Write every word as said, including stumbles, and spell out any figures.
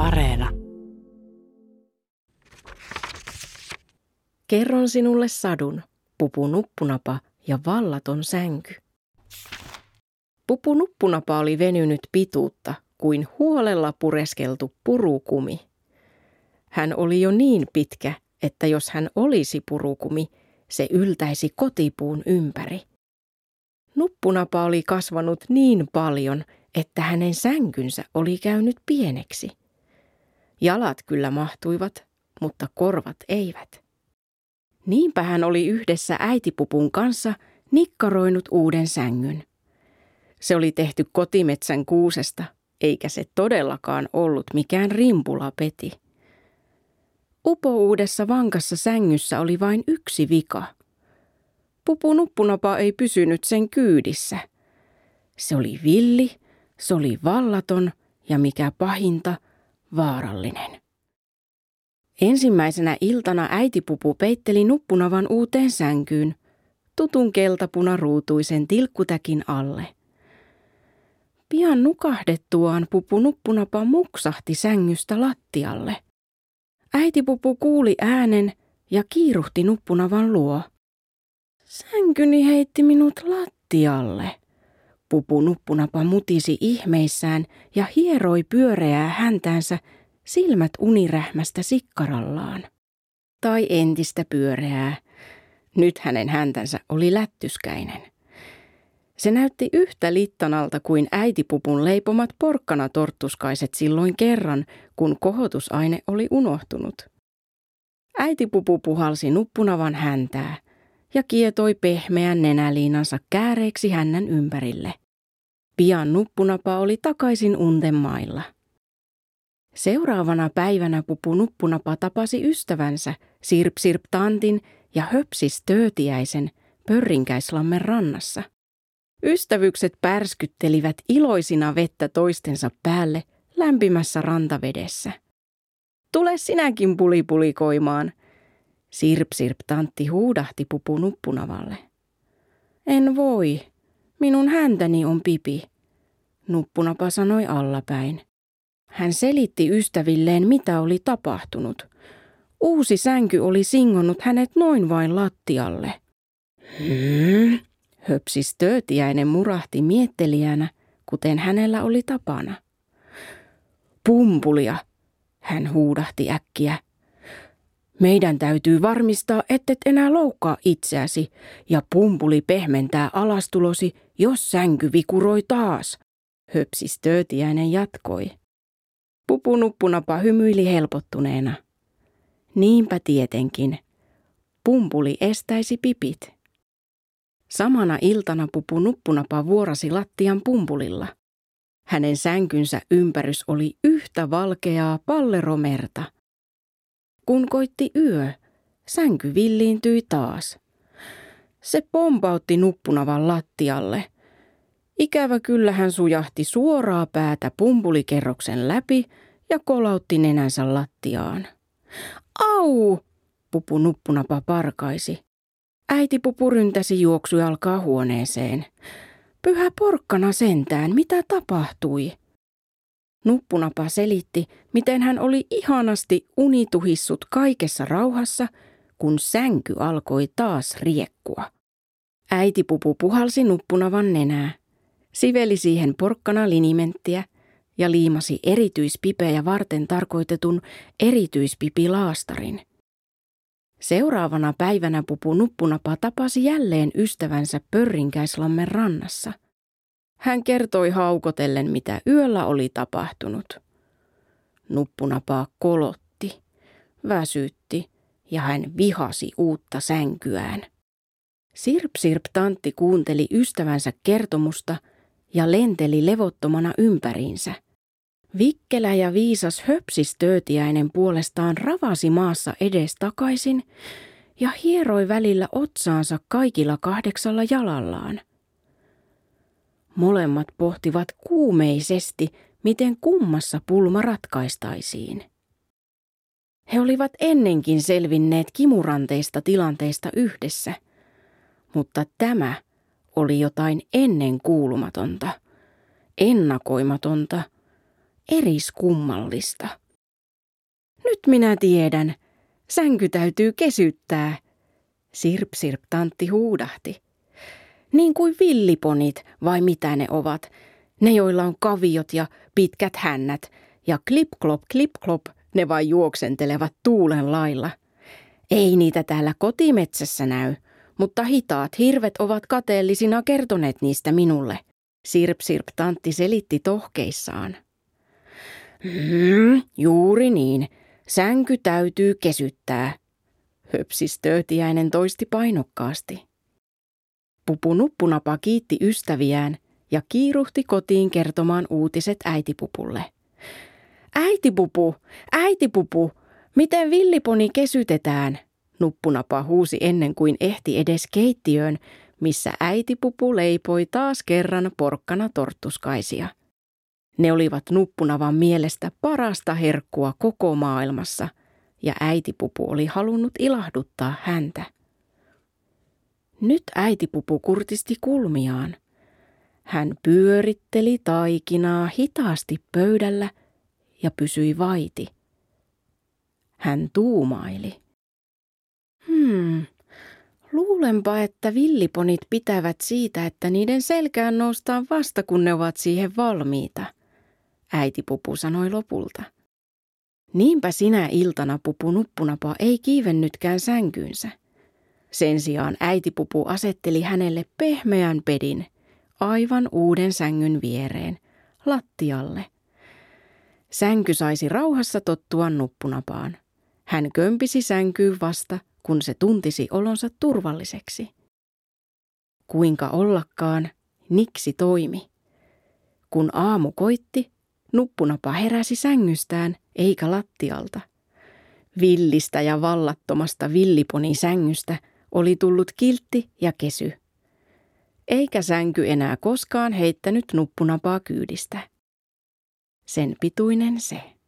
Areena. Kerron sinulle sadun, Pupu Nuppunapa ja vallaton sänky. Pupu Nuppunapa oli venynyt pituutta kuin huolella pureskeltu purukumi. Hän oli jo niin pitkä, että jos hän olisi purukumi, se yltäisi kotipuun ympäri. Nuppunapa oli kasvanut niin paljon, että hänen sänkynsä oli käynyt pieneksi. Jalat kyllä mahtuivat, mutta korvat eivät. Niinpä hän oli yhdessä äitipupun kanssa nikkaroinut uuden sängyn. Se oli tehty kotimetsän kuusesta, eikä se todellakaan ollut mikään rimpulapeti. Upouudessa vankassa sängyssä oli vain yksi vika. Pupu Nuppunapa ei pysynyt sen kyydissä. Se oli villi, se oli vallaton ja mikä pahinta, vaarallinen. Ensimmäisenä iltana äitipupu peitteli Nuppunavan uuteen sänkyyn, tutun keltapunaruutuisen tilkkutäkin alle. Pian nukahdettuaan Pupu Nuppunapa muksahti sängystä lattialle. Äitipupu kuuli äänen ja kiiruhti Nuppunavan luo. Sänkyni heitti minut lattialle. Pupu Nuppunapa mutisi ihmeissään ja hieroi pyöreää häntäänsä silmät unirähmästä sikkarallaan. Tai entistä pyöreää. Nyt hänen häntänsä oli lättyskäinen. Se näytti yhtä littanalta kuin äitipupun leipomat porkkanatorttuskaiset silloin kerran, kun kohotusaine oli unohtunut. Äitipupu puhalsi Nuppunavan häntää ja kietoi pehmeän nenäliinansa kääreeksi hännän ympärille. Pian Nuppunapa oli takaisin unten mailla. Seuraavana päivänä Pupu Nuppunapa tapasi ystävänsä Sirp Sirp Tantin ja Höpsis Töötiäisen Pörrinkäislammen rannassa. Ystävykset pärskyttelivät iloisina vettä toistensa päälle lämpimässä rantavedessä. Tule sinäkin pulipulikoimaan, Sirp Sirp Tantti huudahti Pupu Nuppunavalle. En voi, minun häntäni on pipi, Nuppunapa sanoi allapäin. Hän selitti ystävilleen, mitä oli tapahtunut. Uusi sänky oli singonnut hänet noin vain lattialle. Hmm? Höpsis Töötiäinen murahti miettelijänä, kuten hänellä oli tapana. Pumpulia, hän huudahti äkkiä. Meidän täytyy varmistaa, ettet enää loukkaa itseäsi, ja pumpuli pehmentää alastulosi, jos sänky vikuroi taas, Höpsis Töötiäinen jatkoi. Pupu Nuppunapa hymyili helpottuneena. Niinpä tietenkin. Pumpuli estäisi pipit. Samana iltana Pupu Nuppunapa vuorasi lattian pumpulilla. Hänen sänkynsä ympärys oli yhtä valkeaa palleromerta. Kun koitti yö, sänky villiintyi taas. Se pompautti Nuppunavan lattialle. Ikävä kyllä hän sujahti suoraa päätä pumpulikerroksen läpi ja kolautti nenänsä lattiaan. Au! Pupu Nuppunapa parkaisi. Äitipupu ryntäsi juoksujalkaa huoneeseen. Pyhä porkkana sentään, mitä tapahtui? Nuppunapa selitti, miten hän oli ihanasti unituhissut kaikessa rauhassa, kun sänky alkoi taas riekkua. Äitipupu puhalsi Nuppunavan nenää, siveli siihen porkkanalinimenttiä ja liimasi erityispipejä varten tarkoitetun erityispipilaastarin. Seuraavana päivänä Pupu Nuppunapa tapasi jälleen ystävänsä Pörrinkäislammen rannassa. Hän kertoi haukotellen, mitä yöllä oli tapahtunut. Nuppunapaa kolotti, väsytti ja hän vihasi uutta sänkyään. Sirp Sirp Tantti kuunteli ystävänsä kertomusta ja lenteli levottomana ympäriinsä. Vikkelä ja viisas Höpsis Töötiäinen puolestaan ravasi maassa edestakaisin ja hieroi välillä otsaansa kaikilla kahdeksalla jalallaan. Molemmat pohtivat kuumeisesti, miten kummassa pulma ratkaistaisiin. He olivat ennenkin selvinneet kimuranteista tilanteista yhdessä, mutta tämä oli jotain ennenkuulumatonta, ennakoimatonta, eriskummallista. minä tiedän. Sänky täytyy kesyttää. Sirp Sirp Tantti huudahti. Niin kuin villiponit, vai mitä ne ovat? Ne, joilla on kaviot ja pitkät hännät. Ja klip klop klip klop, ne vain juoksentelevat tuulen lailla. Ei niitä täällä kotimetsässä näy, mutta hitaat hirvet ovat kateellisina kertoneet niistä minulle. Sirp Sirp Tantti selitti tohkeissaan. Hmm, juuri niin. Sänky täytyy kesyttää, höpsis Töötiäinen toisti painokkaasti. Pupu Nuppunapa kiitti ystäviään ja kiiruhti kotiin kertomaan uutiset äitipupulle. Äitipupu, äitipupu, miten villiponi kesytetään? Nuppunapa huusi ennen kuin ehti edes keittiöön, missä äitipupu leipoi taas kerran porkkana torttuskaisia. Ne olivat Nuppunavan mielestä parasta herkkua koko maailmassa, ja äitipupu oli halunnut ilahduttaa häntä. Nyt äitipupu kurtisti kulmiaan. Hän pyöritteli taikinaa hitaasti pöydällä ja pysyi vaiti. Hän tuumaili. Hmm, luulenpa, että villiponit pitävät siitä, että niiden selkään noustaan vasta, kun ne ovat siihen valmiita. Äitipupu sanoi lopulta. Niinpä sinä iltana Pupu Nuppunapa ei kiivennytkään sänkyynsä. Sen sijaan äitipupu asetteli hänelle pehmeän pedin, aivan uuden sängyn viereen, lattialle. Sänky saisi rauhassa tottua Nuppunapaan. Hän kömpisi sänkyyn vasta, kun se tuntisi olonsa turvalliseksi. Kuinka ollakaan, niksi toimi. Kun aamu koitti, Nuppunapa heräsi sängystään eikä lattialta. Villistä ja vallattomasta villiponisängystä oli tullut kiltti ja kesy. Eikä sänky enää koskaan heittänyt Nuppunapaa kyydistä. Sen pituinen se.